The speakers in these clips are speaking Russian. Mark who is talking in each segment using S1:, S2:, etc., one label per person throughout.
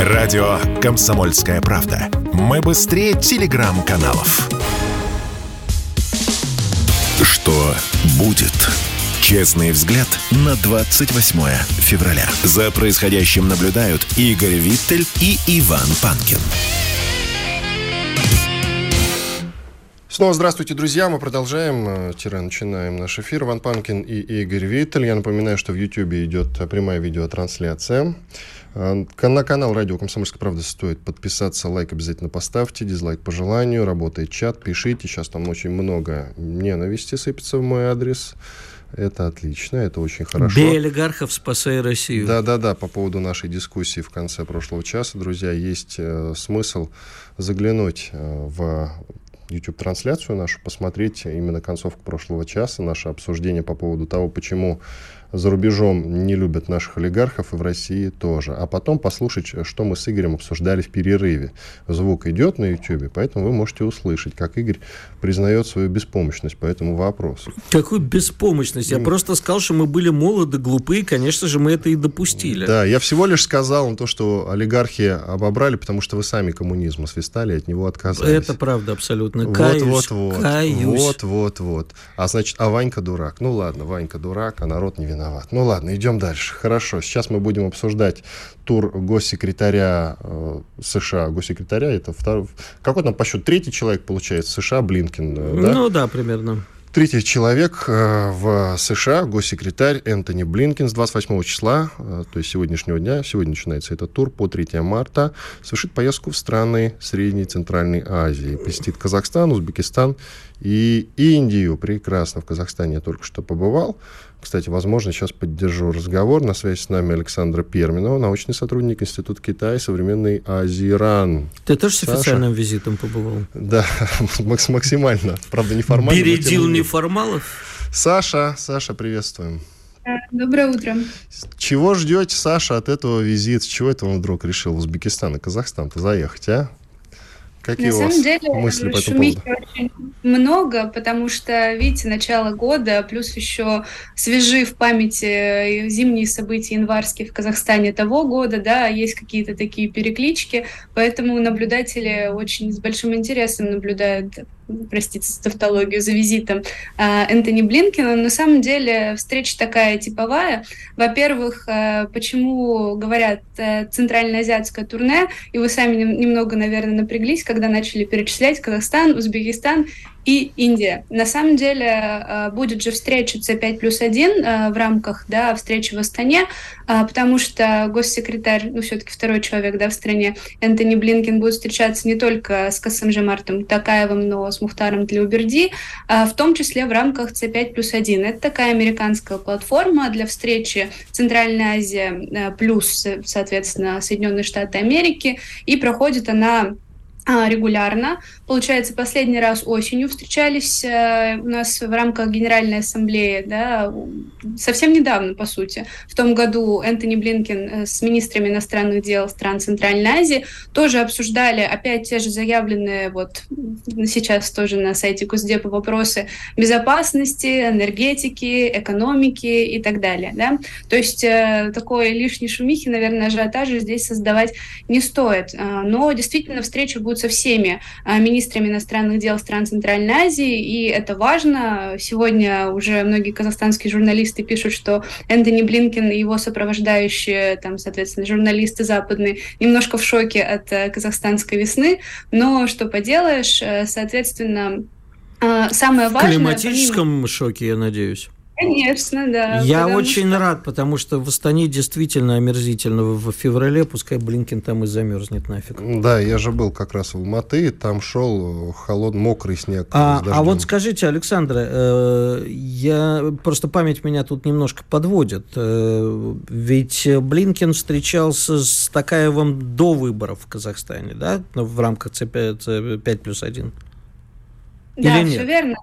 S1: Радио «Комсомольская правда». Мы быстрее телеграм-каналов. Что будет? Честный взгляд на 28 февраля. За происходящим наблюдают Игорь Виттель и Иван Панкин.
S2: Снова здравствуйте, друзья. Мы начинаем наш эфир. Иван Панкин и Игорь Виттель. Я напоминаю, что в Ютьюбе идет прямая видеотрансляция. На канал «Радио Комсомольская правда» стоит подписаться. Лайк обязательно поставьте, дизлайк по желанию. Работает чат, пишите. Сейчас там очень много ненависти сыпется в мой адрес. Это отлично, это очень хорошо.
S3: Бей олигархов, спасай Россию.
S2: Да, по поводу нашей дискуссии в конце прошлого часа, друзья, есть смысл заглянуть в YouTube-трансляцию нашу, посмотреть именно концовку прошлого часа, наше обсуждение по поводу того, почему за рубежом не любят наших олигархов и в России тоже. А потом послушать, что мы с Игорем обсуждали в перерыве. Звук идет на YouTube, поэтому вы можете услышать, как Игорь признает свою беспомощность по этому вопросу.
S3: Какую беспомощность? Я просто сказал, что мы были молоды, глупы, и, конечно же, мы это и допустили.
S2: Да, я всего лишь сказал то, что олигархи обобрали, потому что вы сами коммунизм освистали, от него отказались.
S3: Это правда, абсолютно. Каюсь.
S2: Вот. А Ванька дурак. Ну ладно, Ванька дурак, а народ не виноват. Ну ладно, идем дальше. Хорошо, сейчас мы будем обсуждать тур госсекретаря США. Госсекретаря, это второй... Какой там по счету? Третий человек, получается, США, Блинкен, да?
S3: Ну да, примерно.
S2: Третий человек в США, госсекретарь Энтони Блинкен с 28 числа, то есть сегодняшнего дня, сегодня начинается этот тур, по 3 марта, совершит поездку в страны Средней и Центральной Азии. Посетит Казахстан, Узбекистан и Индию. Прекрасно, в Казахстане я только что побывал. Кстати, возможно, сейчас поддержу разговор. На связи с нами Александра Перминова, научный сотрудник Института Китая и современной Азии РАН.
S3: Ты тоже с официальным визитом побывал?
S2: Да, максимально. Правда, неформально.
S3: Бередил неформалов?
S2: Саша, приветствуем.
S4: Доброе утро.
S2: Чего ждете, Саша, от этого визита? С чего это он вдруг решил в Узбекистан и Казахстан-то заехать, а? Какие
S4: на самом деле,
S2: мысли по этому поводу?
S4: Очень много, потому что, видите, начало года, плюс еще свежи в памяти зимние события январские в Казахстане того года, да, есть какие-то такие переклички, поэтому наблюдатели очень с большим интересом наблюдают, простите за тавтологию, за визитом Энтони Блинкена. На самом деле встреча такая типовая. Во-первых, почему говорят центральноазиатское турне, и вы сами немного, наверное, напряглись, когда начали перечислять Казахстан, Узбекистан и Индия. На самом деле будет же встреча C5+1 в рамках, да, встречи в Астане, потому что госсекретарь, все-таки второй человек, да, в стране, Энтони Блинкен будет встречаться не только с Касым-Жомартом Токаевым, но с Мухтаром Тлеуберди, в том числе в рамках C5+1. Это такая американская платформа для встречи Центральная Азия плюс, соответственно, Соединенные Штаты Америки, и проходит она регулярно. Получается, последний раз осенью встречались у нас в рамках Генеральной Ассамблеи, да, совсем недавно, по сути. В том году Энтони Блинкен с министрами иностранных дел стран Центральной Азии тоже обсуждали опять те же заявленные вот сейчас тоже на сайте Госдепа вопросы безопасности, энергетики, экономики и так далее. Да? То есть такой лишней шумихи, наверное, ажиотажа здесь создавать не стоит. Но действительно встреча будет со всеми министрами иностранных дел стран Центральной Азии, и это важно. Сегодня уже многие казахстанские журналисты пишут, что Энтони Блинкен и его сопровождающие, там, соответственно, журналисты западные немножко в шоке от казахстанской весны, но что поделаешь, соответственно, самое важное...
S3: В климатическом шоке, я надеюсь.
S4: Конечно, да.
S3: Я очень рад, потому что в Астане действительно омерзительно в феврале, пускай Блинкен там и замерзнет нафиг.
S2: Да, я же был как раз в Алматы, там шел холодный, мокрый снег.
S3: А вот скажите, Александра, просто память меня тут немножко подводит, ведь Блинкен встречался с Токаевым до выборов в Казахстане, да, в рамках C5+1?
S4: Да, все верно.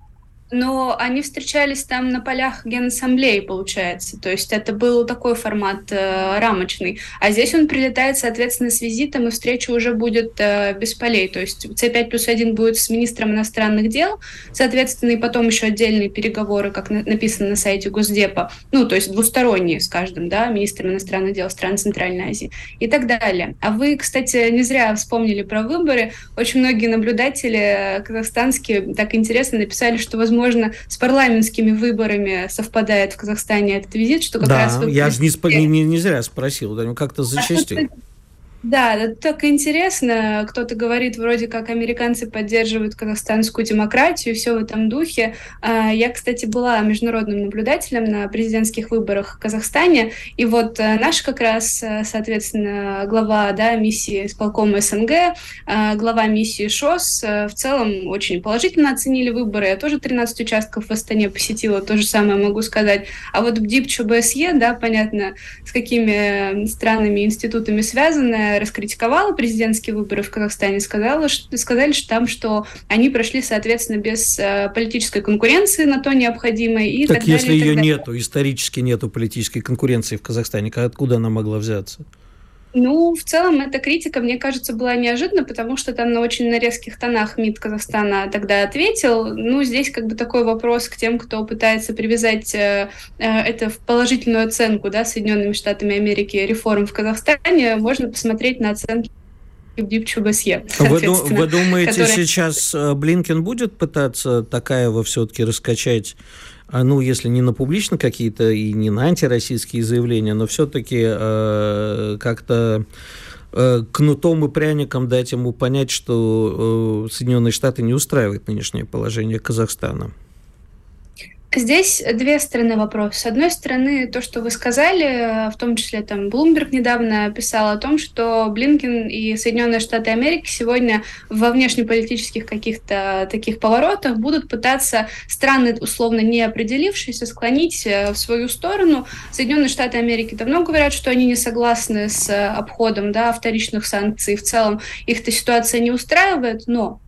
S4: но они встречались там на полях Генассамблеи, получается. То есть это был такой формат рамочный. А здесь он прилетает, соответственно, с визитом, и встреча уже будет без полей. То есть С5+1 будет с министром иностранных дел, соответственно, и потом еще отдельные переговоры, как написано на сайте Госдепа, ну, то есть двусторонние с каждым, да, министром иностранных дел стран Центральной Азии и так далее. А вы, кстати, не зря вспомнили про выборы. Очень многие наблюдатели казахстанские так интересно написали, что, возможно, с парламентскими выборами совпадает в Казахстане этот визит, что как раз...
S3: Да, я же не зря спросил, да, как-то зачастил.
S4: Да, это так интересно. Кто-то говорит, вроде как американцы поддерживают казахстанскую демократию, все в этом духе. Я, кстати, была международным наблюдателем на президентских выборах в Казахстане, и вот наш как раз, соответственно, глава, да, миссии исполкома СНГ, глава миссии ШОС в целом очень положительно оценили выборы. Я тоже 13 участков в Астане посетила, то же самое могу сказать. А вот БДИП ЧБСЕ, да, понятно, с какими странными институтами связаны, раскритиковала президентские выборы в Казахстане, сказали, что они прошли, соответственно, без политической конкуренции на то необходимой. И
S3: так
S4: так
S3: если
S4: далее,
S3: ее нету, исторически нету политической конкуренции в Казахстане, откуда она могла взяться?
S4: Ну, в целом, эта критика, мне кажется, была неожиданна, потому что там на очень резких тонах МИД Казахстана тогда ответил. Ну, здесь как бы такой вопрос к тем, кто пытается привязать это в положительную оценку, да, Соединенными Штатами Америки реформ в Казахстане. Можно посмотреть на оценки БДИП ЧБСЕ.
S3: Вы думаете, сейчас Блинкен будет пытаться Токаева все-таки раскачать, ну, если не на публично какие-то и не на антироссийские заявления, но все-таки как-то кнутом и пряником дать ему понять, что Соединенные Штаты не устраивает нынешнее положение Казахстана?
S4: Здесь две стороны вопроса. С одной стороны, то, что вы сказали, в том числе там Bloomberg недавно писал о том, что Блинкен и Соединенные Штаты Америки сегодня во внешнеполитических каких-то таких поворотах будут пытаться страны, условно не определившиеся, склонить в свою сторону. Соединенные Штаты Америки давно говорят, что они не согласны с обходом, да, вторичных санкций. В целом их эта ситуация не устраивает, но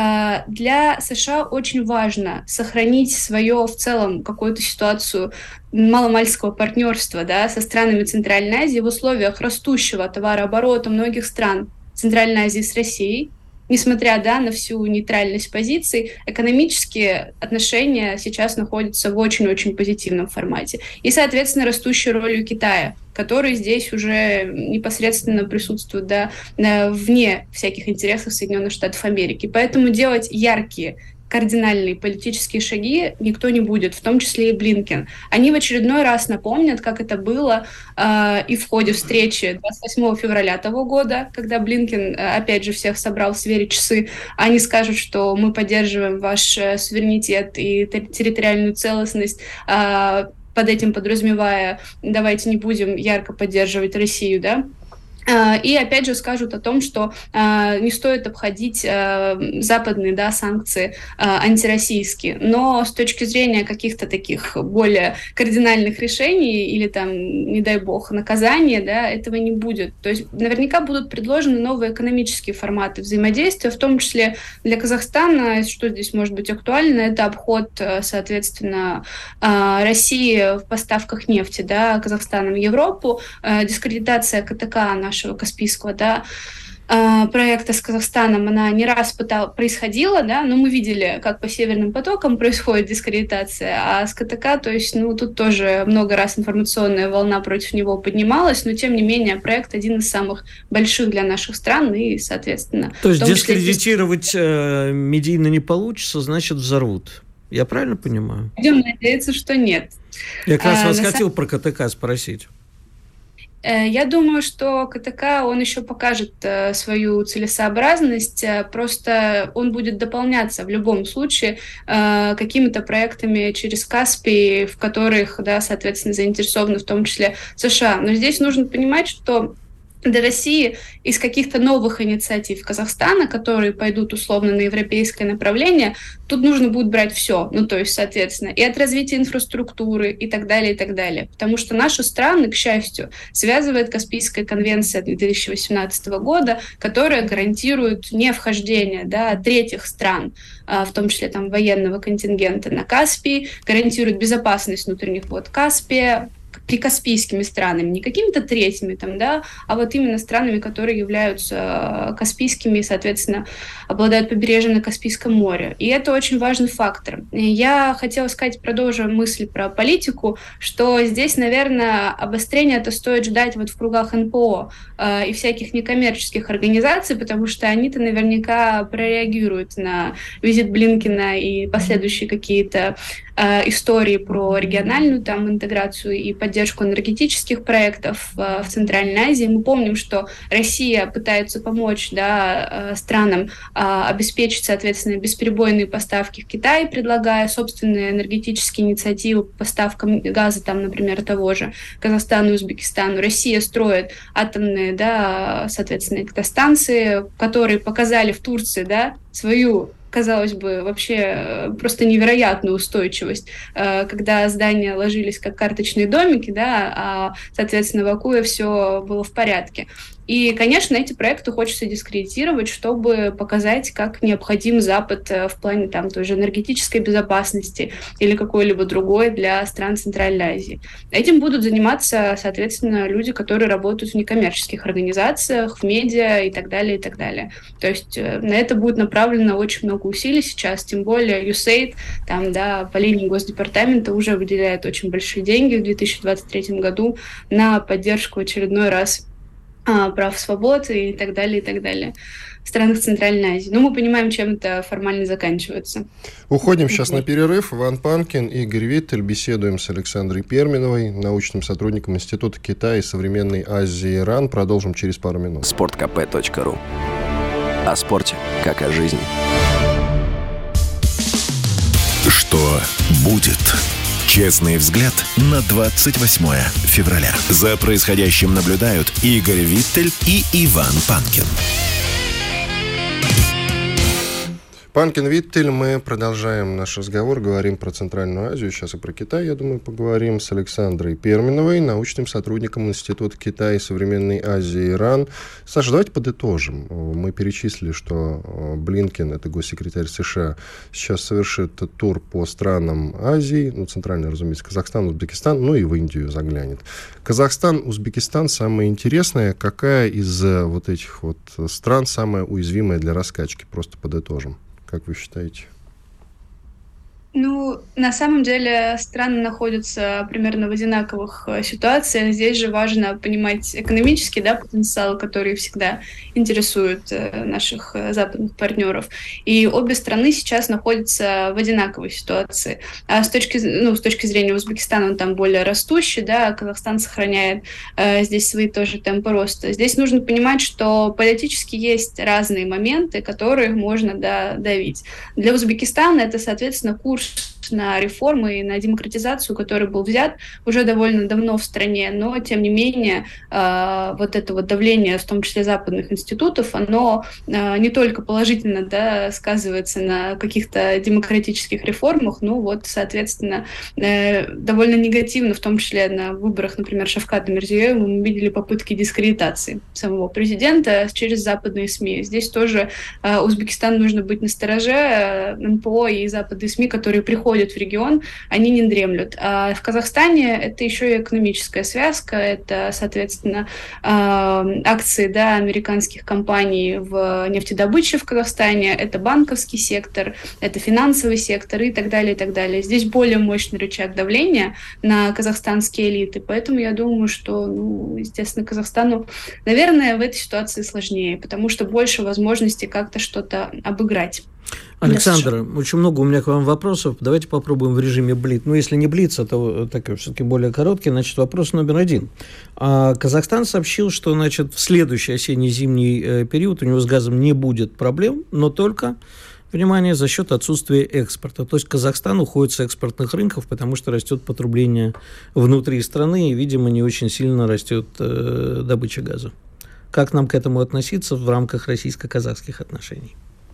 S4: для США очень важно сохранить свое в целом какую-то ситуацию маломальского партнерства, да, со странами Центральной Азии в условиях растущего товарооборота многих стран Центральной Азии с Россией. Несмотря, да, на всю нейтральность позиций, экономические отношения сейчас находятся в очень-очень позитивном формате. И, соответственно, растущей ролью Китая, который здесь уже непосредственно присутствует, да, вне всяких интересов Соединенных Штатов Америки. Поэтому делать яркие кардинальные политические шаги никто не будет, в том числе и Блинкен. Они в очередной раз напомнят, как это было и в ходе встречи 28 февраля того года, когда Блинкен, опять же, всех собрал сверить часы. Они скажут, что мы поддерживаем ваш суверенитет и территориальную целостность, под этим подразумевая, давайте не будем ярко поддерживать Россию, да. И опять же скажут о том, что не стоит обходить западные, да, санкции антироссийские. Но с точки зрения каких-то таких более кардинальных решений или там, не дай бог, наказания, да, этого не будет. То есть наверняка будут предложены новые экономические форматы взаимодействия, в том числе для Казахстана, что здесь может быть актуально, это обход, соответственно, России в поставках нефти, да, Казахстаном в Европу, дискредитация КТК нашего Каспийского, да, проекта с Казахстаном, она не раз происходила, да, но мы видели, как по Северным потокам происходит дискредитация, а с КТК, то есть, ну, тут тоже много раз информационная волна против него поднималась, но, тем не менее, проект один из самых больших для наших стран и, соответственно...
S3: То есть дискредитировать медийно не получится, значит, взорвут. Я правильно понимаю?
S4: Будем надеяться, что нет.
S3: Я как раз вас хотел про КТК спросить.
S4: Я думаю, что КТК, он еще покажет свою целесообразность, просто он будет дополняться в любом случае какими-то проектами через Каспий, в которых, да, соответственно, заинтересованы в том числе США. Но здесь нужно понимать, что для России из каких-то новых инициатив Казахстана, которые пойдут условно на европейское направление, тут нужно будет брать все. То есть, соответственно, и от развития инфраструктуры и так далее, и так далее. Потому что наши страны, к счастью, связывает Каспийская конвенция 2018 года, которая гарантирует не вхождение третьих стран, в том числе военного контингента на Каспий, гарантирует безопасность внутренних вод Каспия, прикаспийскими странами, не какими-то третьими, а вот именно странами, которые являются каспийскими и, соответственно, обладают побережьем на Каспийском море. И это очень важный фактор. Я хотела сказать, продолжу мысль про политику, что здесь, наверное, обострение это стоит ждать в кругах НПО и всяких некоммерческих организаций, потому что они-то наверняка прореагируют на визит Блинкена и последующие какие-то истории про региональную интеграцию и поддержку энергетических проектов в Центральной Азии. Мы помним, что Россия пытается помочь странам обеспечить, соответственно, бесперебойные поставки в Китай, предлагая собственные энергетические инициативы по поставкам газа, например, того же Казахстану и Узбекистану. Россия строит атомные, соответственно, электростанции, которые показали в Турции, свою, казалось бы, вообще просто невероятную устойчивость, когда здания ложились как карточные домики, а, соответственно, в Акуе все было в порядке. И, конечно, эти проекты хочется дискредитировать, чтобы показать, как необходим Запад в плане той же энергетической безопасности или какой-либо другой для стран Центральной Азии. Этим будут заниматься, соответственно, люди, которые работают в некоммерческих организациях, в медиа и так далее, и так далее. То есть на это будет направлено очень много усилий сейчас, тем более USAID, по линии Госдепартамента уже выделяет очень большие деньги в 2023 году на поддержку в очередной раз прав, свобод и так далее в странах Центральной Азии. Но мы понимаем, чем это формально заканчивается.
S2: Уходим сейчас на перерыв. Иван Панкин, Игорь Виттель. Беседуем с Александрой Перминовой, научным сотрудником Института Китая и современной Азии Иран. Продолжим через пару минут.
S1: sportkp.ru. О спорте, как о жизни. Что будет? Честный взгляд на 28 февраля. За происходящим наблюдают Игорь Виттель и Иван Панкин.
S2: Панкин, Виттель, мы продолжаем наш разговор, говорим про Центральную Азию, сейчас и про Китай, я думаю, поговорим с Александрой Перминовой, научным сотрудником Института Китая и современной Азии Иран. Саша, давайте подытожим. Мы перечислили, что Блинкен, это госсекретарь США, сейчас совершит тур по странам Азии, центральной, разумеется, Казахстан, Узбекистан, и в Индию заглянет. Казахстан, Узбекистан, самое интересное, какая из этих стран самая уязвимая для раскачки? Просто подытожим. Как вы считаете?
S4: На самом деле страны находятся примерно в одинаковых ситуациях. Здесь же важно понимать экономический потенциал, который всегда интересует наших западных партнеров. И обе страны сейчас находятся в одинаковой ситуации. А с точки зрения Узбекистана, он там более растущий, Казахстан сохраняет здесь свои тоже темпы роста. Здесь нужно понимать, что политически есть разные моменты, которые можно давить. Для Узбекистана это, соответственно, курс на реформы и на демократизацию, который был взят уже довольно давно в стране, но, тем не менее, это давление, в том числе западных институтов, оно не только положительно сказывается на каких-то демократических реформах, соответственно, довольно негативно, в том числе на выборах, например, Шавката Мирзиёева, мы видели попытки дискредитации самого президента через западные СМИ. Здесь тоже Узбекистану нужно быть настороже, НПО и западные СМИ, которые приходят в регион, они не дремлют. А в Казахстане это еще и экономическая связка, это, соответственно, акции американских компаний в нефтедобыче в Казахстане, это банковский сектор, это финансовый сектор и так далее, и так далее. Здесь более мощный рычаг давления на казахстанские элиты, поэтому я думаю, что, естественно, Казахстану, наверное, в этой ситуации сложнее, потому что больше возможностей как-то что-то обыграть.
S3: Александр, очень много у меня к вам вопросов. Давайте попробуем в режиме блиц. Если не блиц, то такой все-таки более короткий. Значит, вопрос номер 1. Казахстан сообщил, что, в следующий осенне-зимний период у него с газом не будет проблем, но только, внимание, за счет отсутствия экспорта. То есть Казахстан уходит с экспортных рынков, потому что растет потребление внутри страны и, видимо, не очень сильно растет добыча газа. Как нам к этому относиться в рамках российско-казахских отношений?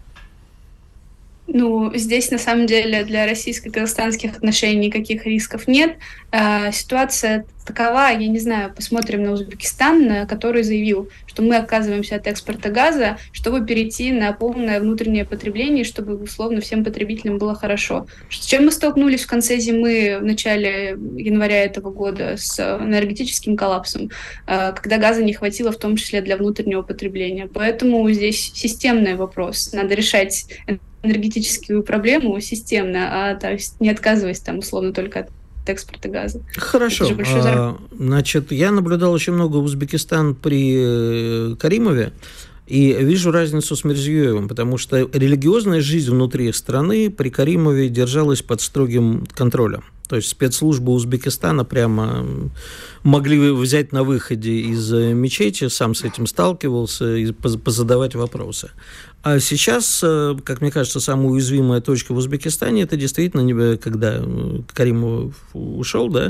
S4: Здесь на самом деле для российско-казахстанских отношений никаких рисков нет. Ситуация такова, я не знаю, посмотрим на Узбекистан, который заявил, что мы отказываемся от экспорта газа, чтобы перейти на полное внутреннее потребление, чтобы, условно, всем потребителям было хорошо. С чем мы столкнулись в конце зимы, в начале января этого года с энергетическим коллапсом, когда газа не хватило, в том числе для внутреннего потребления. Поэтому здесь системный вопрос. Надо решать энергетическую проблему системно, то есть не отказываясь условно только от экспорта газа.
S3: Хорошо. Значит, я наблюдал очень много Узбекистан при Каримове и вижу разницу с Мирзиёевым, потому что религиозная жизнь внутри страны при Каримове держалась под строгим контролем. То есть спецслужбы Узбекистана прямо могли взять на выходе из мечети, сам с этим сталкивался, и позадавать вопросы. А сейчас, как мне кажется, самая уязвимая точка в Узбекистане, это действительно, когда Каримов ушел, да,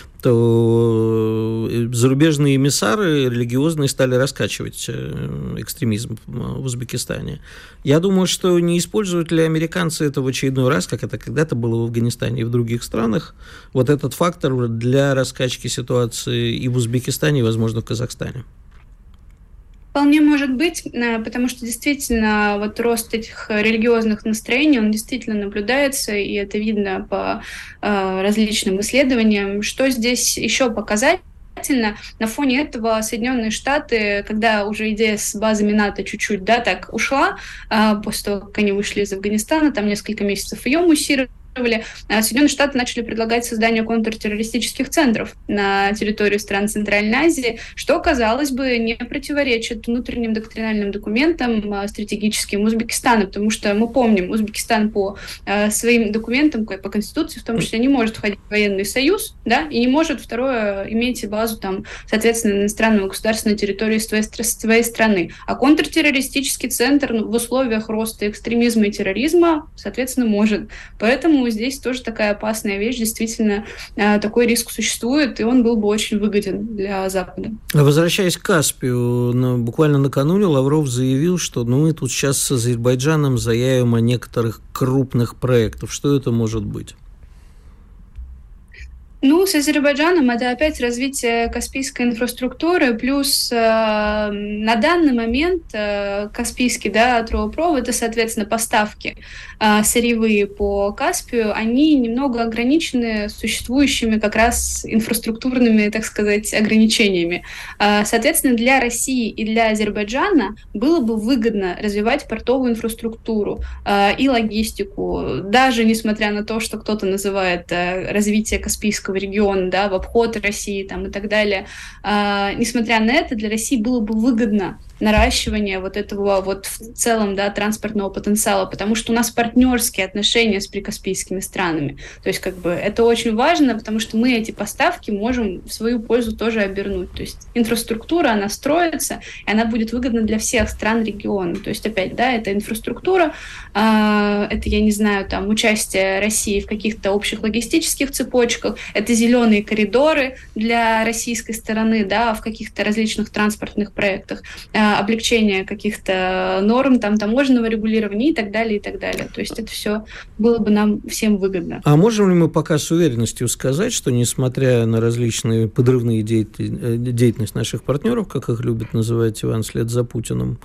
S3: то зарубежные эмиссары религиозные стали раскачивать экстремизм в Узбекистане. Я думаю, что не используют ли американцы это в очередной раз, как это когда-то было в Афганистане и в других странах, вот этот фактор для раскачки ситуации и в Узбекистане, и, возможно, в Казахстане.
S4: Вполне может быть, потому что действительно рост этих религиозных настроений, он действительно наблюдается, и это видно по различным исследованиям. Что здесь еще показательно? На фоне этого Соединенные Штаты, когда уже идея с базами НАТО чуть-чуть так ушла, после того, как они вышли из Афганистана, там несколько месяцев ее муссировали, Соединенные Штаты начали предлагать создание контртеррористических центров на территории стран Центральной Азии, что, казалось бы, не противоречит внутренним доктринальным документам стратегическим Узбекистана, потому что мы помним, Узбекистан по своим документам, по Конституции в том числе, не может входить в военный союз, и не может, второе, иметь базу, соответственно, иностранного государства на территории своей страны. А контртеррористический центр в условиях роста экстремизма и терроризма, соответственно, может. Поэтому здесь тоже такая опасная вещь, действительно, такой риск существует, и он был бы очень выгоден для Запада.
S3: Возвращаясь к Каспию, буквально накануне Лавров заявил, что мы тут сейчас с Азербайджаном заявим о некоторых крупных проектах. Что это может быть?
S4: С Азербайджаном это опять развитие каспийской инфраструктуры, плюс на данный момент каспийский трубопровод, это, соответственно, поставки сырьевые по Каспию, они немного ограничены существующими как раз инфраструктурными, так сказать, ограничениями. Соответственно, для России и для Азербайджана было бы выгодно развивать портовую инфраструктуру и логистику, даже несмотря на то, что кто-то называет развитие Каспийского региона, в обход России и так далее. Несмотря на это, для России было бы выгодно наращивание этого в целом транспортного потенциала, потому что у нас партнерские отношения с прикаспийскими странами. То есть это очень важно, потому что мы эти поставки можем в свою пользу тоже обернуть. То есть инфраструктура, она строится, и она будет выгодна для всех стран региона. То есть опять, это инфраструктура, это, я не знаю, участие России в каких-то общих логистических цепочках, это зеленые коридоры для российской стороны, в каких-то различных транспортных проектах, облегчение каких-то норм, таможенного регулирования и так далее, и так далее. То есть это все было бы нам всем выгодно.
S3: А можем ли мы пока с уверенностью сказать, что несмотря на различные подрывные деятельность наших партнеров, как их любит называть Иван вслед за Путиным,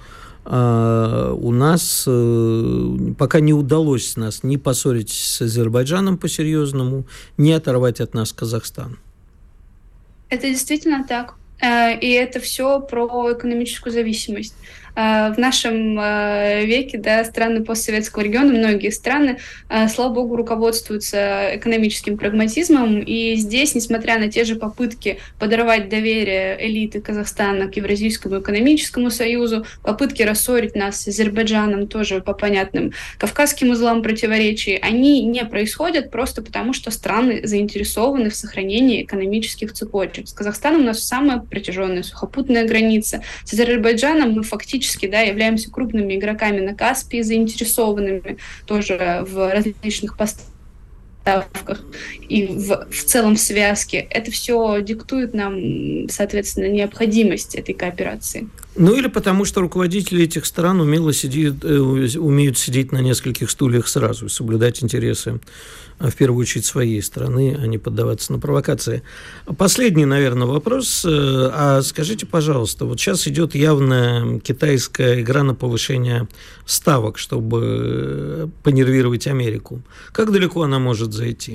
S3: у нас пока не удалось нас ни поссорить с Азербайджаном по-серьезному, ни оторвать от нас Казахстан?
S4: Это действительно так. И это все про экономическую зависимость. В нашем веке, страны постсоветского региона, многие страны, слава богу, руководствуются экономическим прагматизмом. И здесь, несмотря на те же попытки подорвать доверие элиты Казахстана к Евразийскому экономическому союзу, попытки рассорить нас с Азербайджаном тоже по понятным кавказским узлам противоречий, они не происходят просто потому, что страны заинтересованы в сохранении экономических цепочек. С Казахстаном у нас самая протяженная сухопутная граница. С Азербайджаном мы фактически являемся крупными игроками на Каспии, заинтересованными тоже в различных поставках и в целом в связке. Это все диктует нам, соответственно, необходимость этой кооперации.
S3: Ну, или потому что руководители этих стран умеют сидеть на нескольких стульях сразу и соблюдать интересы, в первую очередь, своей страны, а не поддаваться на провокации. Последний, наверное, вопрос. А скажите, пожалуйста, вот сейчас идет явная китайская игра на повышение ставок, чтобы понервировать Америку. Как далеко она может зайти?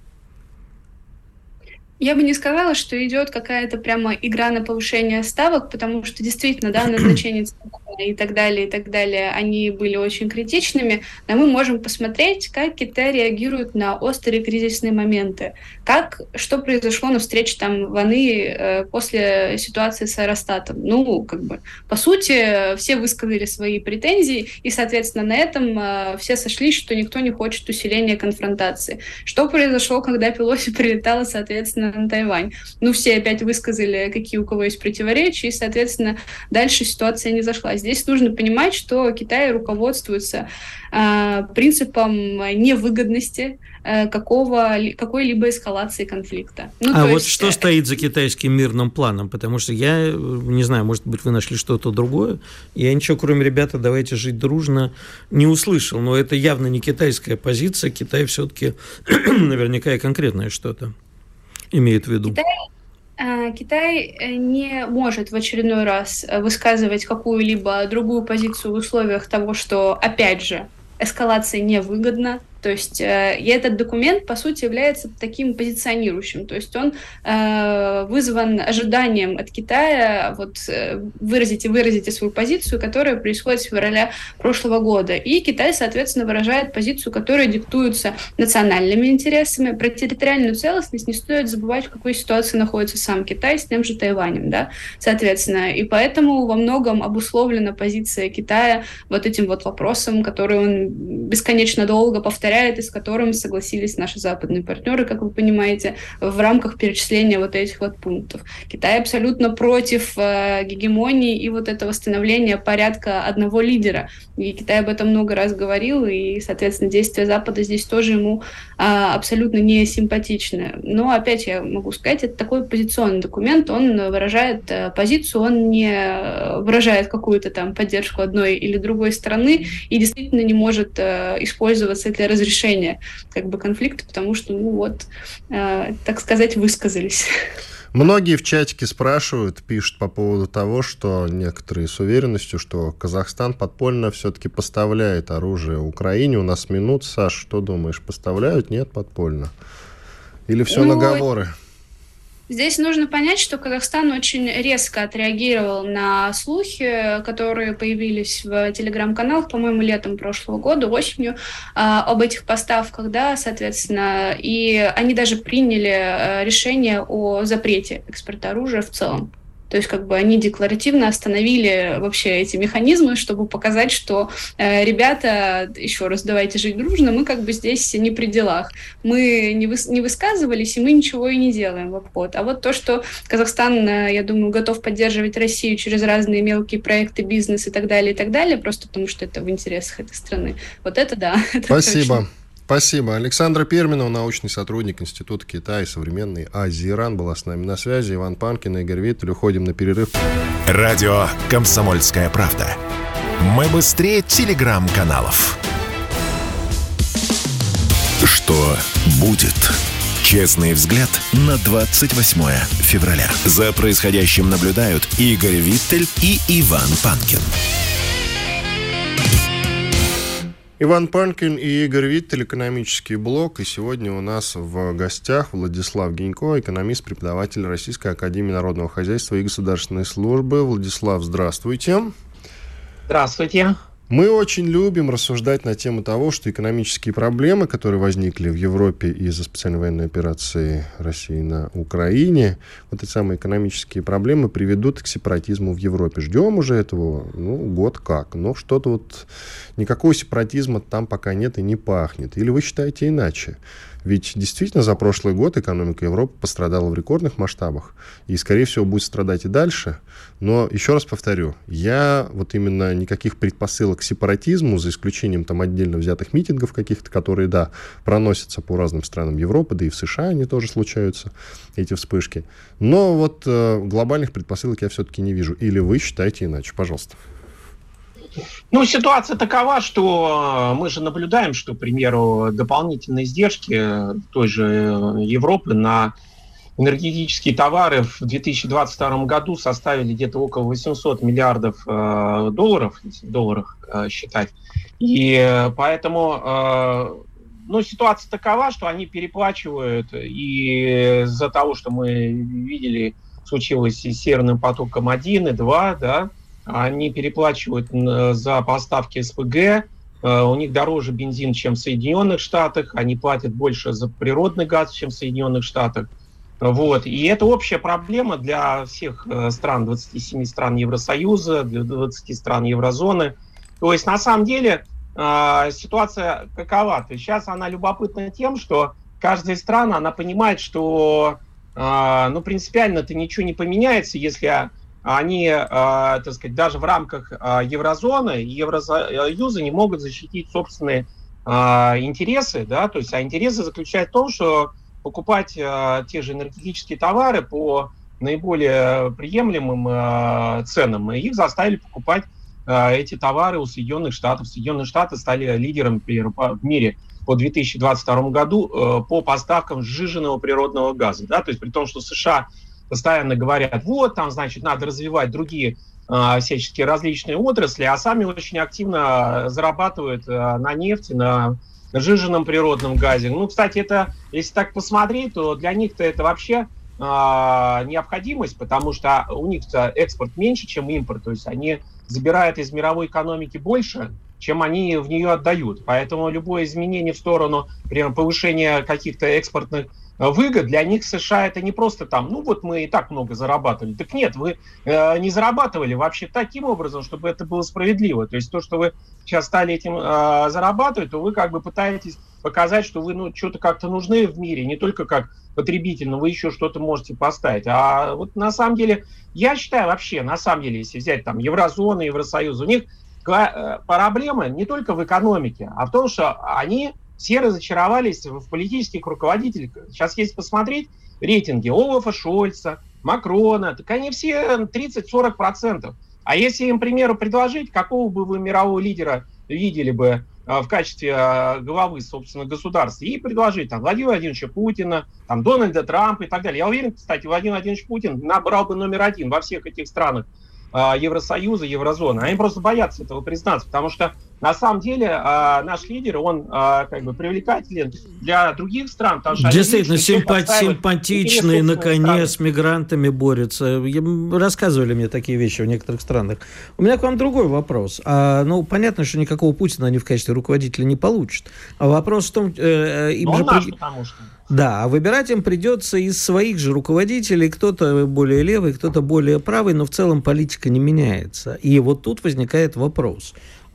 S4: Я бы не сказала, что идет какая-то прямо игра на повышение ставок, потому что действительно, да, назначение и так далее, они были очень критичными, но мы можем посмотреть, как Китай реагирует на острые кризисные моменты, что произошло на встрече там Ваны после ситуации с аэростатом. По сути, все высказали свои претензии, и, соответственно, на этом все сошлись, что никто не хочет усиления конфронтации. Что произошло, когда Пелоси прилетала, соответственно, на Тайвань? Все опять высказали, какие у кого есть противоречия, и, соответственно, дальше ситуация не зашла. Здесь нужно понимать, что Китай руководствуется принципом невыгодности какой-либо эскалации конфликта.
S3: Что стоит за китайским мирным планом? Потому что я не знаю, может быть, вы нашли что-то другое. Я ничего, кроме «ребята, давайте жить дружно», не услышал. Но это явно не китайская позиция. Китай все-таки наверняка и конкретное что-то имеет в виду.
S4: Китай не может в очередной раз высказывать какую-либо другую позицию в условиях того, что, опять же, эскалация невыгодна. То есть этот документ, по сути, является таким позиционирующим. То есть он вызван ожиданием от Китая выразите свою позицию, которая происходит с февраля прошлого года. И Китай, соответственно, выражает позицию, которая диктуется национальными интересами. Про территориальную целостность не стоит забывать, в какой ситуации находится сам Китай с тем же Тайванем, да, соответственно. И поэтому во многом обусловлена позиция Китая этим вопросом, который он бесконечно долго повторяет, и с которым согласились наши западные партнеры, как вы понимаете, в рамках перечисления этих пунктов. Китай абсолютно против гегемонии и этого становления порядка одного лидера. И Китай об этом много раз говорил, и, соответственно, действия Запада здесь тоже ему абсолютно не симпатичны. Но, опять я могу сказать, это такой позиционный документ, он выражает позицию, он не выражает какую-то там поддержку одной или другой стороны и действительно не может использоваться для разрешения конфликта, потому что, так сказать, высказались.
S2: Многие в чатике пишут по поводу того, что некоторые с уверенностью, что Казахстан подпольно все-таки поставляет оружие Украине. У нас минут. Саш, что думаешь, поставляют? Нет, подпольно? Или все наговоры?
S4: Здесь нужно понять, что Казахстан очень резко отреагировал на слухи, которые появились в телеграм-каналах, по-моему, летом прошлого года, осенью, об этих поставках, да, соответственно, и они даже приняли решение о запрете экспорта оружия в целом. То есть они декларативно остановили вообще эти механизмы, чтобы показать, что ребята, еще раз, давайте жить дружно, мы здесь не при делах. Мы не высказывались, и мы ничего и не делаем в обход. А то, что Казахстан, я думаю, готов поддерживать Россию через разные мелкие проекты, бизнес и так далее, просто потому что это в интересах этой страны. Это да. Это
S2: спасибо.
S4: Точно.
S2: Спасибо. Александра Перминова, научный сотрудник Института Китая и современной Азии Иран, была с нами на связи. Иван Панкин, Игорь Виттель. Уходим на перерыв.
S1: Радио «Комсомольская правда». Мы быстрее телеграм-каналов. Что будет? Честный взгляд на 28 февраля. За происходящим наблюдают Игорь Виттель и Иван Панкин.
S2: Иван Панкин и Игорь Виттель, экономический блок. И сегодня у нас в гостях Владислав Гинько, экономист, преподаватель Российской академии народного хозяйства и государственной службы. Владислав, здравствуйте.
S5: Здравствуйте.
S2: Мы очень любим рассуждать на тему того, что экономические проблемы, которые возникли в Европе из-за специальной военной операции России на Украине, эти самые экономические проблемы приведут к сепаратизму в Европе. Ждем уже этого, год как. Но что-то никакого сепаратизма там пока нет и не пахнет. Или вы считаете иначе? Ведь действительно за прошлый год экономика Европы пострадала в рекордных масштабах и, скорее всего, будет страдать и дальше. Но, еще раз повторю, я вот именно никаких предпосылок к сепаратизму, за исключением там отдельно взятых митингов каких-то, которые, да, проносятся по разным странам Европы, да и в США они тоже случаются, эти вспышки. Но вот глобальных предпосылок я все-таки не вижу. Или вы считаете иначе? Пожалуйста.
S5: Ну, ситуация такова, что мы же наблюдаем, что, к примеру, дополнительные издержки той же Европы на энергетические товары в 2022 году составили где-то около 800 миллиардов долларов, если в долларах считать. И поэтому ситуация такова, что они переплачивают, и из-за того, что мы видели, случилось и с Северным потоком-1 и 2, да, они переплачивают за поставки СПГ, у них дороже бензин, чем в Соединенных Штатах, они платят больше за природный газ, чем в Соединенных Штатах. Вот. И это общая проблема для всех стран, 27 стран Евросоюза, для 20 стран Еврозоны. То есть, на самом деле, ситуация какова? То есть, сейчас она любопытна тем, что каждая страна, она понимает, что принципиально-то ничего не поменяется, если они, так сказать, даже в рамках Еврозоны и Евросоюза не могут защитить собственные интересы, да, то есть, а интересы заключаются в том, что покупать те же энергетические товары по наиболее приемлемым ценам, и их заставили покупать эти товары у Соединенных Штатов. Соединенные Штаты стали лидером в мире по 2022 году по поставкам сжиженного природного газа, да, то есть при том, что США постоянно говорят, вот, там, значит, надо развивать другие всяческие различные отрасли, а сами очень активно зарабатывают на нефти, на сжиженном природном газе. Ну, кстати, это, если так посмотреть, то для них-то это вообще необходимость, потому что у них-то экспорт меньше, чем импорт, то есть они забирают из мировой экономики больше, чем они в нее отдают. Поэтому любое изменение в сторону, например, повышения каких-то экспортных выгод, для них США это не просто там, ну вот мы и так много зарабатывали. Так нет, вы не зарабатывали вообще таким образом, чтобы это было справедливо. То есть то, что вы сейчас стали этим зарабатывать, то вы как бы пытаетесь показать, что вы что-то как-то нужны в мире, не только как потребитель, но вы еще что-то можете поставить. А вот на самом деле, я считаю вообще, на самом деле, если взять там Еврозону, Евросоюз, у них проблема не только в экономике, а в том, что они все разочаровались в политических руководителях. Сейчас если посмотреть рейтинги Олафа Шольца, Макрона, так они все 30-40%. А если им, к примеру, предложить, какого бы вы мирового лидера видели бы в качестве главы, собственно, государства, и предложить там Владимира Владимировича Путина, там Дональда Трампа и так далее. Я уверен, кстати, Владимир Владимирович Путин набрал бы номер один во всех этих странах Евросоюза, Еврозоны. Они просто боятся этого признаться, потому что на самом деле наш лидер, он как бы привлекателен для других стран.
S3: Действительно, симпатичный, наконец, с мигрантами борется. Рассказывали мне такие вещи в некоторых странах. У меня к вам другой вопрос. Понятно, что никакого Путина они в качестве руководителя не получат. А вопрос в том... потому что... Да, а выбирать им придется из своих же руководителей, кто-то более левый, кто-то более правый, но в целом политика не меняется. И вот тут возникает вопрос.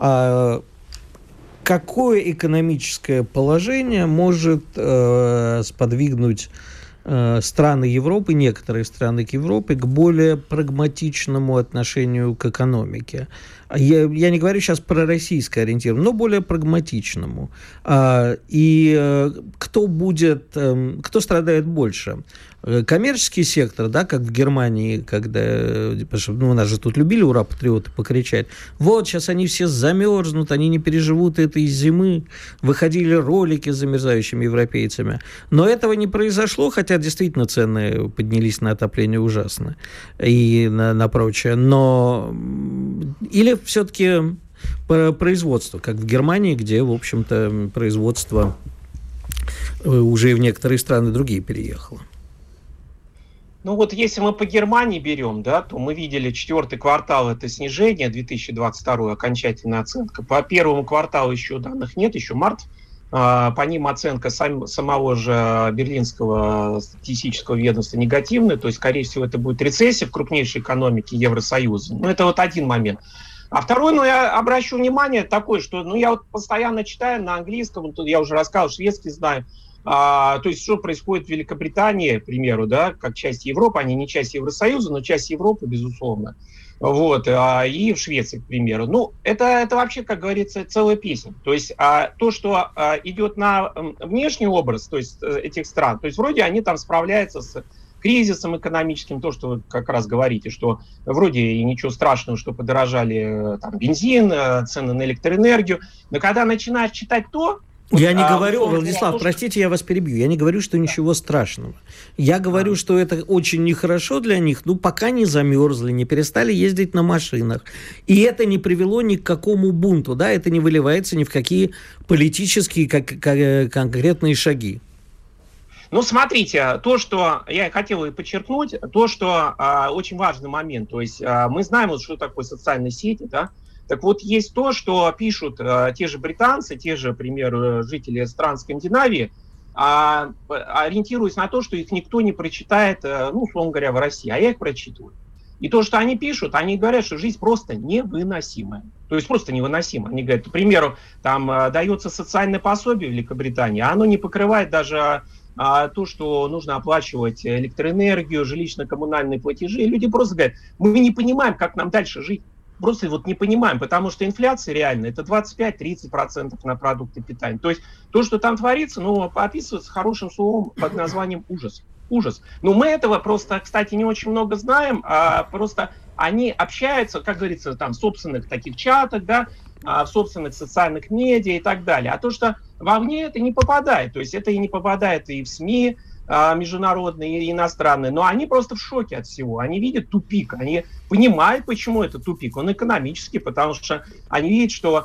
S3: Какое экономическое положение может сподвигнуть страны Европы, некоторые страны Европы, к более прагматичному отношению к экономике? Я не говорю сейчас про российское ориентирование, но более прагматичному. И кто страдает больше? Коммерческий сектор, да, как в Германии, когда, у нас же тут любили «Ура, патриоты» покричать. Вот, сейчас они все замерзнут, они не переживут этой зимы. Выходили ролики с замерзающими европейцами. Но этого не произошло, хотя действительно цены поднялись на отопление ужасно и на прочее. Но или все-таки производство, как в Германии, где, в общем-то, производство уже и в некоторые страны другие переехало.
S5: Ну вот если мы по Германии берем, да, то мы видели 4-й квартал, это снижение, 2022 окончательная оценка. По первому кварталу еще данных нет, еще март. По ним оценка самого же Берлинского статистического ведомства негативная, то есть, скорее всего, это будет рецессия в крупнейшей экономике Евросоюза. Ну, это вот один момент. А второй, я обращу внимание такое, что, я вот постоянно читаю на английском, тут я уже рассказывал, шведский знаю, То есть, что происходит в Великобритании, к примеру, да, как часть Европы, они не часть Евросоюза, но часть Европы, безусловно. Вот, и в Швеции, к примеру. Ну, это вообще, как говорится, целая песня. То есть то, что идет на внешний образ, то есть этих стран, то есть вроде они там справляются с кризисом экономическим, то, что вы как раз говорите, что вроде и ничего страшного, что подорожали там бензин, цены на электроэнергию, но когда начинаешь читать то,
S3: я не говорю, Владислав, простите, я вас перебью. Я не говорю, что ничего страшного. Я говорю, что это очень нехорошо для них, ну, пока не замерзли, не перестали ездить на машинах. И это не привело ни к какому бунту, да, это не выливается ни в какие политические конкретные шаги.
S5: Ну, смотрите, то, что я хотел подчеркнуть, то, что очень важный момент, то есть мы знаем, вот, что такое социальные сети, да. Так вот, есть то, что пишут те же британцы, те же, к примеру, жители стран Скандинавии, ориентируясь на то, что их никто не прочитает, ну, условно говоря, в России, а я их прочитываю. И то, что они пишут, они говорят, что жизнь просто невыносимая. То есть просто невыносимо. Они говорят, к примеру, там дается социальное пособие в Великобритании, а оно не покрывает даже то, что нужно оплачивать электроэнергию, жилищно-коммунальные платежи. И люди просто говорят, мы не понимаем, как нам дальше жить. Просто вот не понимаем, потому что инфляция реально это 25-30% на продукты питания. То есть то, что там творится, ну, описывается хорошим словом под названием ужас. Ужас. Но мы этого просто, кстати, не очень много знаем, просто они общаются, как говорится, там в собственных таких чатах, да, в собственных социальных медиа и так далее. А то, что вовне это не попадает, то есть это и не попадает и в СМИ, международные и иностранные, но они просто в шоке от всего. Они видят тупик, они понимают, почему это тупик. Он экономический, потому что они видят, что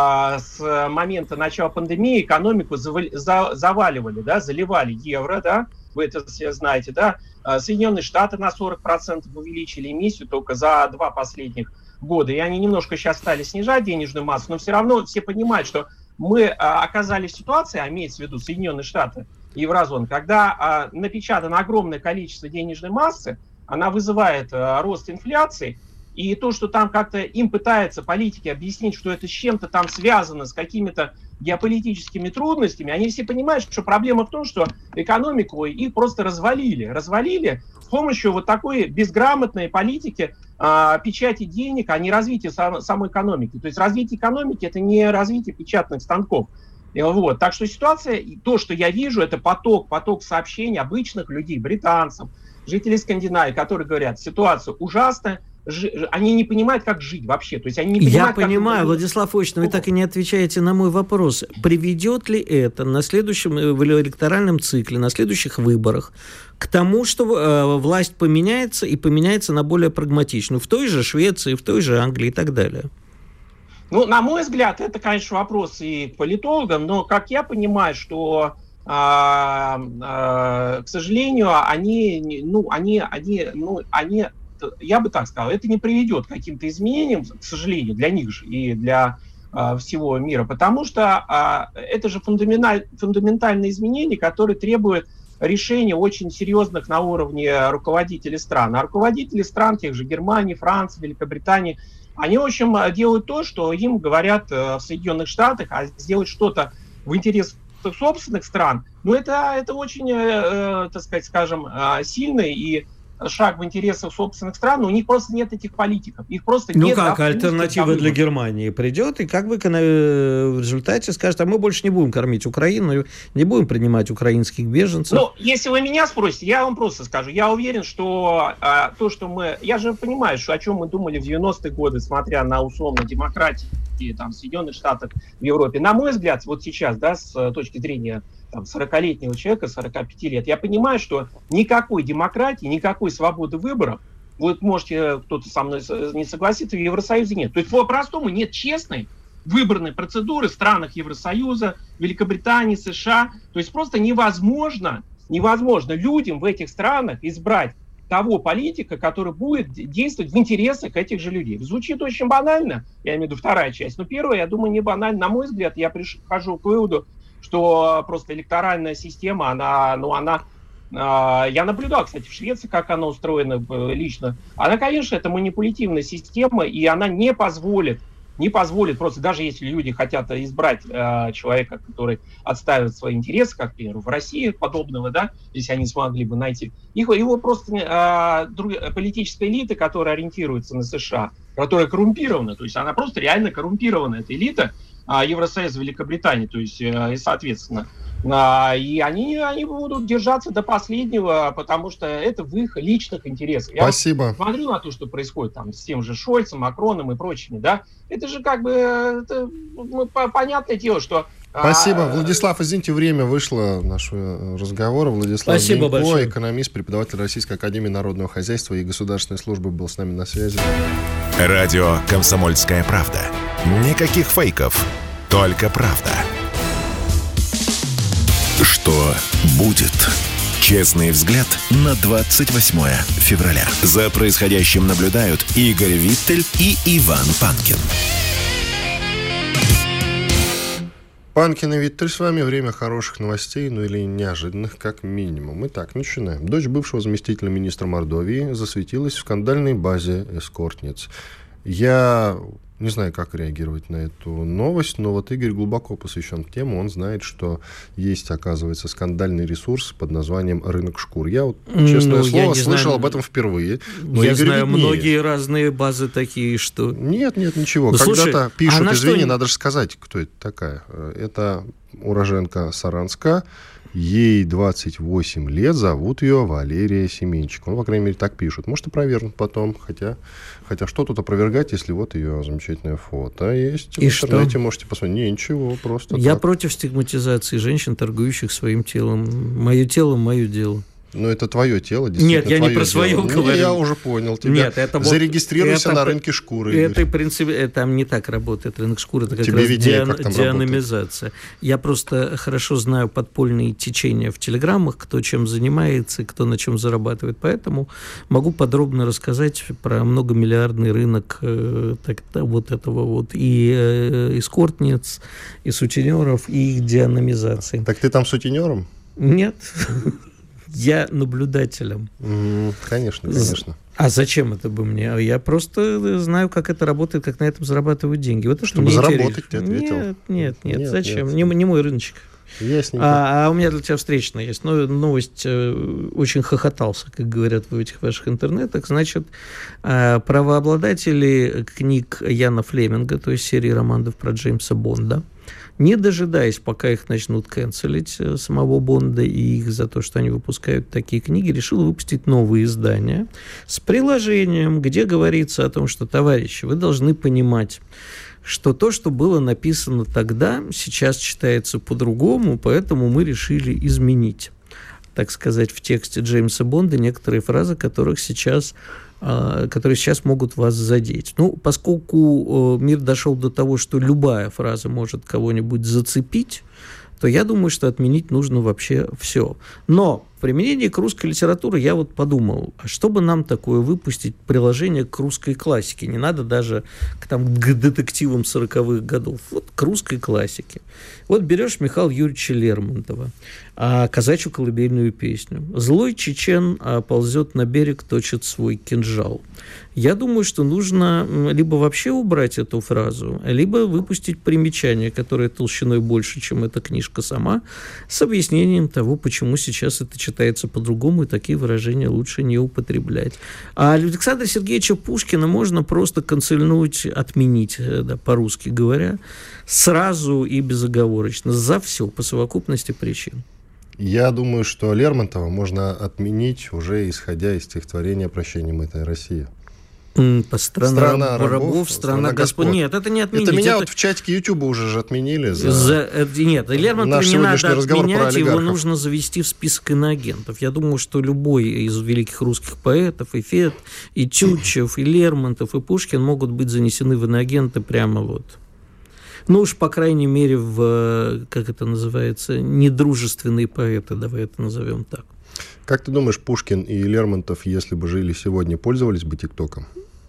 S5: с момента начала пандемии экономику заваливали, да, заливали евро, да, вы это все знаете, да. Соединенные Штаты на 40% увеличили эмиссию только за 2 последних года, и они немножко сейчас стали снижать денежную массу, но все равно все понимают, что мы оказались в ситуации, а имеется в виду Соединенные Штаты, Еврозона, когда напечатано огромное количество денежной массы, она вызывает рост инфляции, и то, что там как-то им пытаются политики объяснить, что это с чем-то там связано, с какими-то геополитическими трудностями, они все понимают, что проблема в том, что экономику их просто развалили с помощью вот такой безграмотной политики, печати денег, а не развития самой экономики. То есть развитие экономики – это не развитие печатных станков. Вот. Так что ситуация, то, что я вижу, это поток сообщений обычных людей, британцев, жителей Скандинавии, которые говорят, ситуация ужасная, они не понимают, как жить вообще. То есть они не понимают,
S3: я понимаю, Владислав Ильич, но вы так и не отвечаете на мой вопрос. Приведет ли это на следующем электоральном цикле, на следующих выборах к тому, что власть поменяется и поменяется на более прагматичную в той же Швеции, в той же Англии и так далее?
S5: Ну, на мой взгляд, это, конечно, вопрос и к политологам, но, как я понимаю, что, к сожалению, я бы так сказал, это не приведет к каким-то изменениям, к сожалению, для них же и для всего мира, потому что это же фундаментальные изменения, которые требуют решения очень серьезных на уровне руководителей стран. А руководители стран, тех же Германии, Франции, Великобритании, они, в общем, делают то, что им говорят в Соединенных Штатах, а сделать что-то в интересах собственных стран, ну, это очень, так сказать, скажем, сильный и шаг в интересах собственных стран, но у них просто нет этих политиков. Их просто нет.
S3: Ну как, альтернатива для Германии придет, и как бы в результате скажет, а мы больше не будем кормить Украину, не будем принимать украинских беженцев.
S5: Ну, если вы меня спросите, я вам просто скажу. Я уверен, что то, что мы... Я же понимаю, что, о чем мы думали в 90-е годы, смотря на условно демократии там, в Соединенных Штатах, в Европе. На мой взгляд, вот сейчас, да, с точки зрения там, 40-летнего человека, 45 лет, я понимаю, что никакой демократии, никакой свободы выборов, вы можете, кто-то со мной не согласится, в Евросоюзе нет. То есть по-простому нет честной выборной процедуры в странах Евросоюза, Великобритании, США. То есть просто невозможно людям в этих странах избрать того политика, который будет действовать в интересах этих же людей. Звучит очень банально, я имею в виду вторая часть, но первая, я думаю, не банально. На мой взгляд, я прихожу к выводу, что просто электоральная система, я наблюдал, кстати, в Швеции, как она устроена лично. Она, конечно, это манипулятивная система, и она не позволит не позволит, просто даже если люди хотят избрать человека, который отстаивает свои интересы, как, например, в России подобного, да, если они смогли бы найти, его просто политическая элита, которая ориентируется на США, которая коррумпирована, то есть она просто реально коррумпирована, эта элита Евросоюза, Великобритании, то есть, и соответственно, и они будут держаться до последнего, потому что это в их личных интересах.
S2: Спасибо.
S5: Я смотрю на то, что происходит там с тем же Шольцем, Макроном и прочими, да, это же как бы понятное дело, что...
S2: Спасибо. Владислав, извините, время вышло нашего разговора. Владислав Бенько, экономист, преподаватель Российской академии народного хозяйства и государственной службы, был с нами на связи.
S1: Радио «Комсомольская правда». Никаких фейков, только правда. Что будет? Честный взгляд на 28 февраля. За происходящим наблюдают Игорь Виттель и Иван Панкин.
S2: Панкин и Виттель с вами. Время хороших новостей, ну или неожиданных, как минимум. Итак, начинаем. Дочь бывшего заместителя министра Мордовии засветилась в скандальной базе эскортниц. Я не знаю, как реагировать на эту новость, но вот Игорь глубоко посвящен теме. Он знает, что есть, оказывается, скандальный ресурс под названием «Рынок шкур». Я вот, честное слово, слышал об этом впервые.
S3: Но я знаю многие разные базы такие, что...
S2: Нет, ничего. Когда-то пишут, извини, надо же сказать, кто это такая. Это уроженка Саранска. Ей 28 лет, зовут ее Валерия Семенченко. Ну, по крайней мере, так пишут. Может, и провернут потом, хотя что тут опровергать, если вот ее замечательное фото есть. И в интернете что? Можете посмотреть. Не, ничего, просто
S3: я так. Против стигматизации женщин, торгующих своим телом. Мое тело, мое дело.
S2: Ну, это твое тело, действительно.
S3: Нет, я не про свое говорю.
S2: Я уже понял тебя.
S3: Нет, это
S2: зарегистрируйся на рынке шкуры.
S3: Это, в принципе, там не так работает рынок шкуры, это как тебе раз виднее, деаномизация. Я просто хорошо знаю подпольные течения в телеграммах, кто чем занимается, кто на чем зарабатывает. Поэтому могу подробно рассказать про многомиллиардный рынок вот этого вот и эскортниц, и сутенеров, и их деаномизации.
S2: Так ты там сутенером?
S3: Нет. Я наблюдателем.
S2: Конечно.
S3: А зачем это бы мне? Я просто знаю, как это работает, как на этом зарабатывают деньги. Вот
S2: чтобы заработать, ты ответил.
S3: Нет. Зачем? Не мой рыночек.
S2: Ясненько.
S3: А у меня для тебя встречная есть. Но новость очень хохотался, как говорят в этих ваших интернетах. Значит, правообладатели книг Яна Флеминга, то есть серии романов про Джеймса Бонда, не дожидаясь, пока их начнут канцелить, самого Бонда и их за то, что они выпускают такие книги, решил выпустить новые издания с приложением, где говорится о том, что, товарищи, вы должны понимать, что то, что было написано тогда, сейчас читается по-другому, поэтому мы решили изменить, так сказать, в тексте Джеймса Бонда некоторые фразы, которые сейчас могут вас задеть. Ну, поскольку мир дошел до того, что любая фраза может кого-нибудь зацепить, то я думаю, что отменить нужно вообще все. Но в применении к русской литературе я вот подумал, а что бы нам такое выпустить приложение к русской классике? Не надо даже к детективам 40-х годов. Вот к русской классике. Вот берешь Михаила Юрьевича Лермонтова, казачью колыбельную песню. «Злой чечен ползет на берег, точит свой кинжал». Я думаю, что нужно либо вообще убрать эту фразу, либо выпустить примечание, которое толщиной больше, чем эта книжка сама, с объяснением того, почему сейчас это читается по-другому, и такие выражения лучше не употреблять. А Александра Сергеевича Пушкина можно просто канцельнуть, отменить, да, по-русски говоря, сразу и безоговорочно, за все, по совокупности причин.
S2: Я думаю, что Лермонтова можно отменить, уже исходя из стихотворения «Прощение мытой России».
S3: Страна рабов, страна господ. Нет, это не отменить.
S2: Это меня вот в чатике Ютуба уже же отменили.
S3: Нет, Лермонтова не надо отменять, его нужно завести в список иноагентов. Я думаю, что любой из великих русских поэтов, и Фет, и Тютчев, и Лермонтов, и Пушкин могут быть занесены в иноагенты прямо вот. Ну уж, по крайней мере, в, как это называется, недружественные поэты, давай это назовем так.
S2: Как ты думаешь, Пушкин и Лермонтов, если бы жили сегодня, пользовались бы ТикТоком?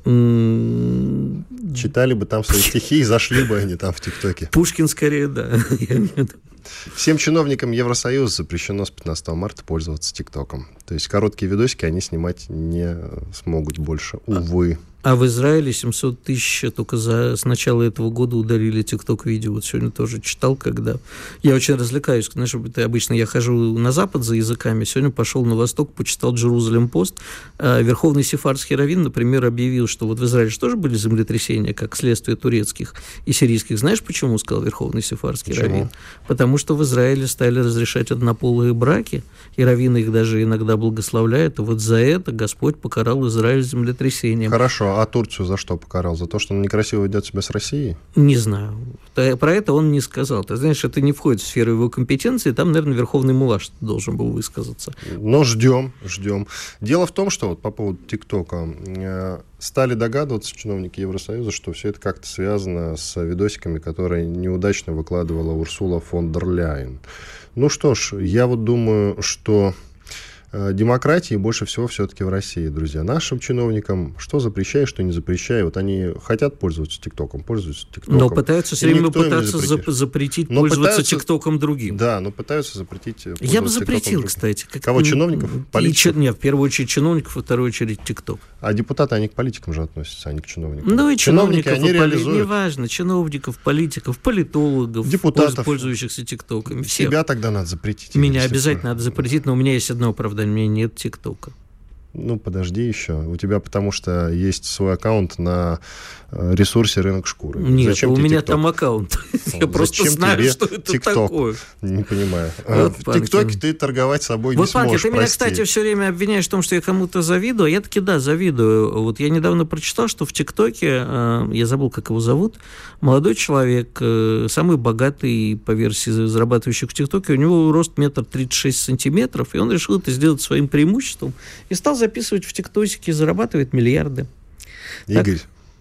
S2: Читали бы там свои стихи и зашли бы они там в ТикТоке?
S3: Пушкин скорее, да.
S2: Всем чиновникам Евросоюза запрещено с 15 марта пользоваться ТикТоком. То есть короткие видосики они снимать не смогут больше, увы.
S3: А в Израиле 700 тысяч только с начала этого года удалили TikTok-видео. Вот сегодня тоже читал, когда... Я очень развлекаюсь. Знаешь, обычно я хожу на Запад за языками. Сегодня пошел на Восток, почитал Jerusalem Post. Верховный сефардский раввин, например, объявил, что вот в Израиле тоже были землетрясения, как следствие турецких и сирийских. Знаешь, почему, сказал Верховный сефардский раввин? Потому что в Израиле стали разрешать однополые браки, и раввины их даже иногда благословляют. И вот за это Господь покарал Израиль землетрясением.
S2: Хорошо. А Турцию за что покарал? За то, что он некрасиво ведет себя с Россией?
S3: Не знаю. Про это он не сказал. Ты знаешь, это не входит в сферу его компетенции. Там, наверное, верховный мулаш должен был высказаться.
S2: Но ждем. Дело в том, что вот по поводу ТикТока стали догадываться чиновники Евросоюза, что все это как-то связано с видосиками, которые неудачно выкладывала Урсула фон дер Ляйен. Ну что ж, я вот думаю, что... демократии больше всего все-таки в России, друзья. Нашим чиновникам что запрещай, что не запрещай. Вот они хотят пользоваться ТикТоком,
S3: Но пытаются все время запретить пользоваться ТикТоком другим.
S2: Да, но пытаются запретить пользоваться
S3: Я бы запретил, кстати.
S2: Кого, чиновников? Политиков?
S3: Нет, в первую очередь чиновников, во вторую очередь ТикТок.
S2: А депутаты, они к политикам же относятся, а не к чиновникам.
S3: Ну и
S2: чиновники, они реализуют.
S3: Неважно, чиновников, политиков, политологов,
S2: депутатов,
S3: пользующихся ТикТоком.
S2: Себя тогда надо запретить.
S3: Меня обязательно надо запретить, но у меня есть одно оправдание. У меня нет ТикТока.
S2: Ну, подожди еще. У тебя потому что есть свой аккаунт на ресурсе «Рынок шкуры».
S3: Нет,
S2: зачем
S3: у меня
S2: TikTok?
S3: Там аккаунт. Я просто знаю, что это такое.
S2: Не понимаю.
S3: Вот,
S2: в ТикТоке ты торговать собой не сможешь,
S3: Панки, ты меня, кстати, все время обвиняешь в том, что я кому-то завидую. Я таки, да, завидую. Вот я недавно прочитал, что в ТикТоке, я забыл, как его зовут, молодой человек, самый богатый по версии зарабатывающих в ТикТоке, у него рост 1,36 м, и он решил это сделать своим преимуществом и стал записывать в ТикТоке и зарабатывает миллиарды.
S2: Игорь,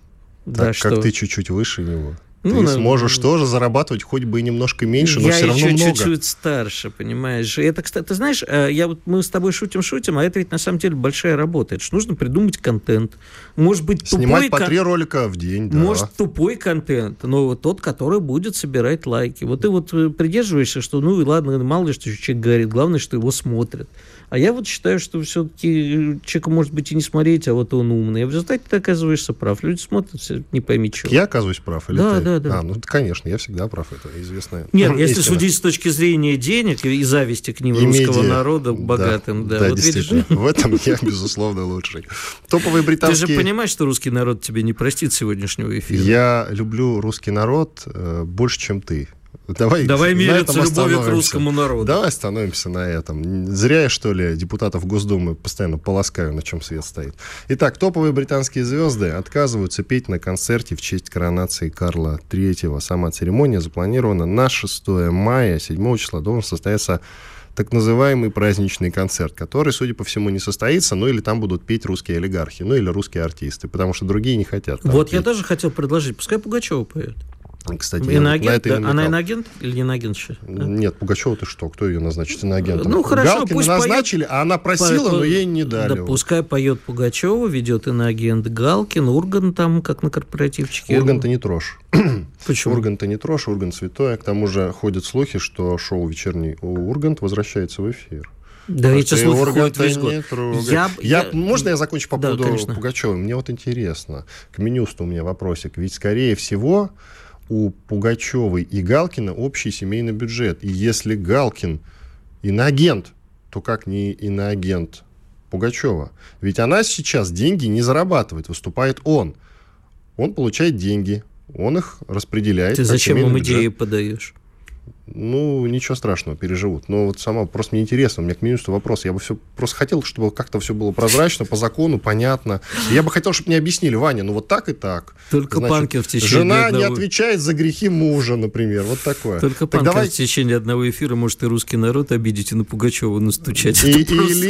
S3: да,
S2: как ты чуть-чуть выше него. Ты сможешь тоже зарабатывать хоть бы и немножко меньше, но все равно много.
S3: Я чуть-чуть старше, понимаешь. Это, кстати, ты знаешь, мы с тобой шутим, а это ведь на самом деле большая работа. Это же нужно придумать контент. Может быть,
S2: снимать по 3 ролика в день, да.
S3: Может, тупой контент, но тот, который будет собирать лайки. Вот ты вот придерживаешься, что, ну и ладно, мало ли, что человек говорит, главное, что его смотрят. А я вот считаю, что все-таки человека, может быть, и не смотреть, а вот он умный. А в результате ты оказываешься прав. Люди смотрят, все, не пойми чего.
S2: Я оказываюсь прав? Или
S3: да,
S2: ты?
S3: Да.
S2: Ну, конечно, я всегда прав. Это известная
S3: Нет, если судить с точки зрения денег и зависти к ним русского народа богатым.
S2: Да, вот действительно. Видишь? В этом я, безусловно, лучший. Топовые британские...
S3: Ты же понимаешь, что русский народ тебе не простит сегодняшнего эфира?
S2: Я люблю русский народ больше, чем ты.
S3: Давай мериться любовью к русскому народу.
S2: Давай остановимся на этом. Зря я, что ли, депутатов Госдумы постоянно полоскаю, на чем свет стоит. Итак, топовые британские звезды отказываются петь на концерте в честь коронации Карла III. Сама церемония запланирована на 6 мая. 7 числа должен состояться так называемый праздничный концерт, который, судя по всему, не состоится, ну или там будут петь русские олигархи, ну или русские артисты, потому что другие не хотят.
S3: Вот петь. Я тоже хотел предложить, пускай Пугачева поет.
S2: Кстати,
S3: иноагент, она иноагент или не иноагент еще? Да?
S2: Нет, Пугачева ты что? Кто ее назначит иноагентом?
S3: Ну, хорошо,
S2: Галкина
S3: пусть
S2: назначили, а она просила, но ей не дали.
S3: Да, пускай поет Пугачева, ведет иноагент Галкин, Ургант там, как на корпоративчике.
S2: Урганта не трожь.
S3: Почему?
S2: Урганта не трожь, Ургант святой. К тому же ходят слухи, что шоу «Вечерний Ургант» возвращается в эфир.
S3: Да, эти слухи ходят весь год.
S2: Можно я закончу по поводу
S3: Пугачева?
S2: Мне вот интересно. К Минюсту у меня вопросик. Ведь, скорее всего, у Пугачевой и Галкина общий семейный бюджет. И если Галкин иноагент, то как не иноагент Пугачева? Ведь она сейчас деньги не зарабатывает, выступает он. Он получает деньги, он их распределяет.
S3: Ты зачем им идеи подаешь?
S2: Ну, ничего страшного, переживут. Но вот сама просто мне интересно, у меня к Минюсту вопрос. Я бы все просто хотел, чтобы как-то все было прозрачно, по закону, понятно. Я бы хотел, чтобы мне объяснили, Ваня, ну вот так и так.
S3: Только Панкин в течение
S2: жена не отвечает за грехи мужа, например. Вот такое.
S3: Только Панкин в течение одного эфира может и русский народ обидеть, и на Пугачева настучать.
S2: И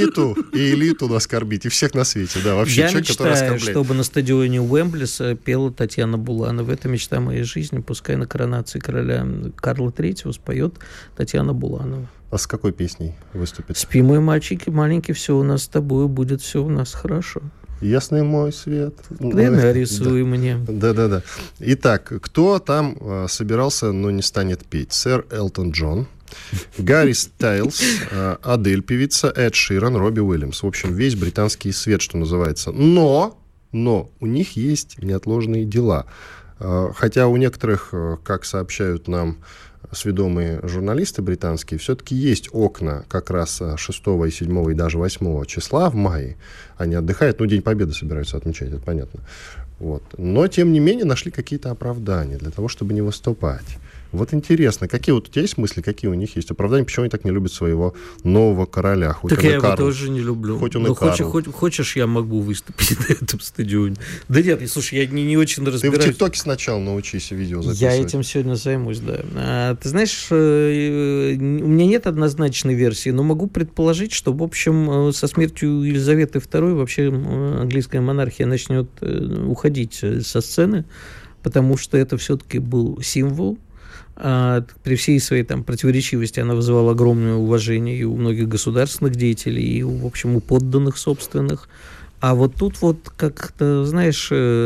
S2: элиту оскорбить, и всех на свете. Да, вообще,
S3: я мечтаю, чтобы на стадионе Уэмбли пела Татьяна Буланова. Это мечта моей жизни. Пускай на коронации короля Карла III поет Татьяна Буланова.
S2: А с какой песней выступит?
S3: «Спи, мой мальчик и маленький, все у нас с тобой будет, все у нас хорошо».
S2: Ясный мой свет.
S3: Нарисуй мне.
S2: Да. Итак, кто там собирался, но не станет петь? Сэр Элтон Джон, Гарри Стайлз, Адель певица, Эд Ширан, Робби Уильямс. В общем, весь британский свет, что называется. Но но у них есть неотложные дела. Хотя у некоторых, как сообщают нам сведомые журналисты британские, все-таки есть окна как раз 6, 7 и даже 8 числа в мае. Они отдыхают, День Победы собираются отмечать, это понятно. Вот. Но, тем не менее, нашли какие-то оправдания для того, чтобы не выступать. Вот интересно, какие у тебя есть мысли, какие у них есть оправдания, почему они так не любят своего нового короля? Хоть
S3: так я его тоже не люблю.
S2: Хоть он и Карл.
S3: Хочешь, я могу выступить на этом стадионе. Да нет, слушай, я не очень разбираюсь.
S2: Ты в ТикТоке сначала научись видео записывать.
S3: Я этим сегодня займусь, да. Ты знаешь, у меня нет однозначной версии, но могу предположить, что, в общем, со смертью Елизаветы II вообще английская монархия начнет уходить со сцены, потому что это все-таки был символ. При всей своей противоречивости она вызывала огромное уважение и у многих государственных деятелей, и, в общем, у подданных собственных. А вот тут как-то, знаешь,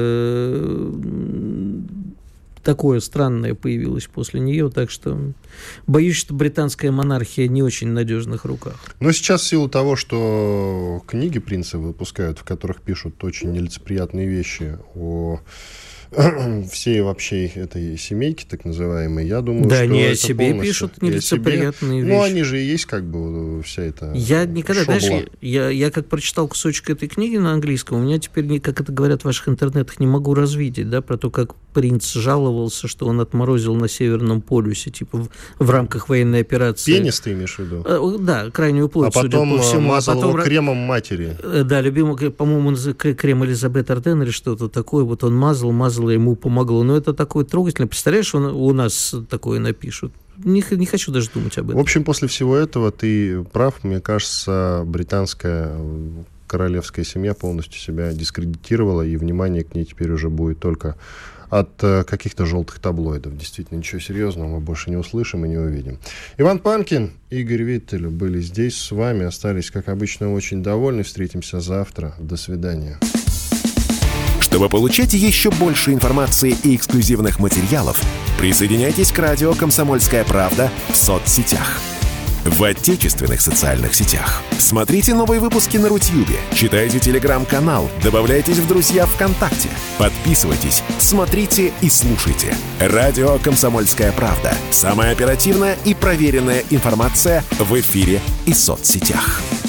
S3: такое странное появилось после нее, так что боюсь, что британская монархия не очень в надежных руках.
S2: Но сейчас в силу того, что книги принцы выпускают, в которых пишут очень нелицеприятные вещи о всей вообще этой семейки, так называемой, я думаю,
S3: да,
S2: что
S3: они
S2: это
S3: о себе
S2: полностью...
S3: пишут нелицеприятные вещи.
S2: Ну, они же и есть вся эта
S3: Я никогда,
S2: шобла.
S3: знаешь, я как прочитал кусочек этой книги на английском, у меня теперь, как это говорят в ваших интернетах, не могу развидеть, да, про то, как принц жаловался, что он отморозил на Северном полюсе, в рамках военной операции.
S2: Пенис ты имеешь в виду?
S3: Да, крайнюю плоть,
S2: судя по всему. Мазал его кремом матери.
S3: Да, любимый, по-моему, крем Элизабет Арден или что-то такое, вот он мазал, ему помогло. Но это такое трогательное. Представляешь, у нас такое напишут. Не хочу даже думать об этом.
S2: В общем, после всего этого ты прав. Мне кажется, британская королевская семья полностью себя дискредитировала, и внимание к ней теперь уже будет только от каких-то желтых таблоидов. Действительно, ничего серьезного мы больше не услышим и не увидим. Иван Панкин, Игорь Виттель были здесь с вами. Остались, как обычно, очень довольны. Встретимся завтра. До свидания.
S1: Чтобы получать еще больше информации и эксклюзивных материалов, присоединяйтесь к радио «Комсомольская правда» в соцсетях. В отечественных социальных сетях. Смотрите новые выпуски на Рутьюбе, читайте телеграм-канал, добавляйтесь в друзья ВКонтакте, подписывайтесь, смотрите и слушайте. Радио «Комсомольская правда». Самая оперативная и проверенная информация в эфире и соцсетях.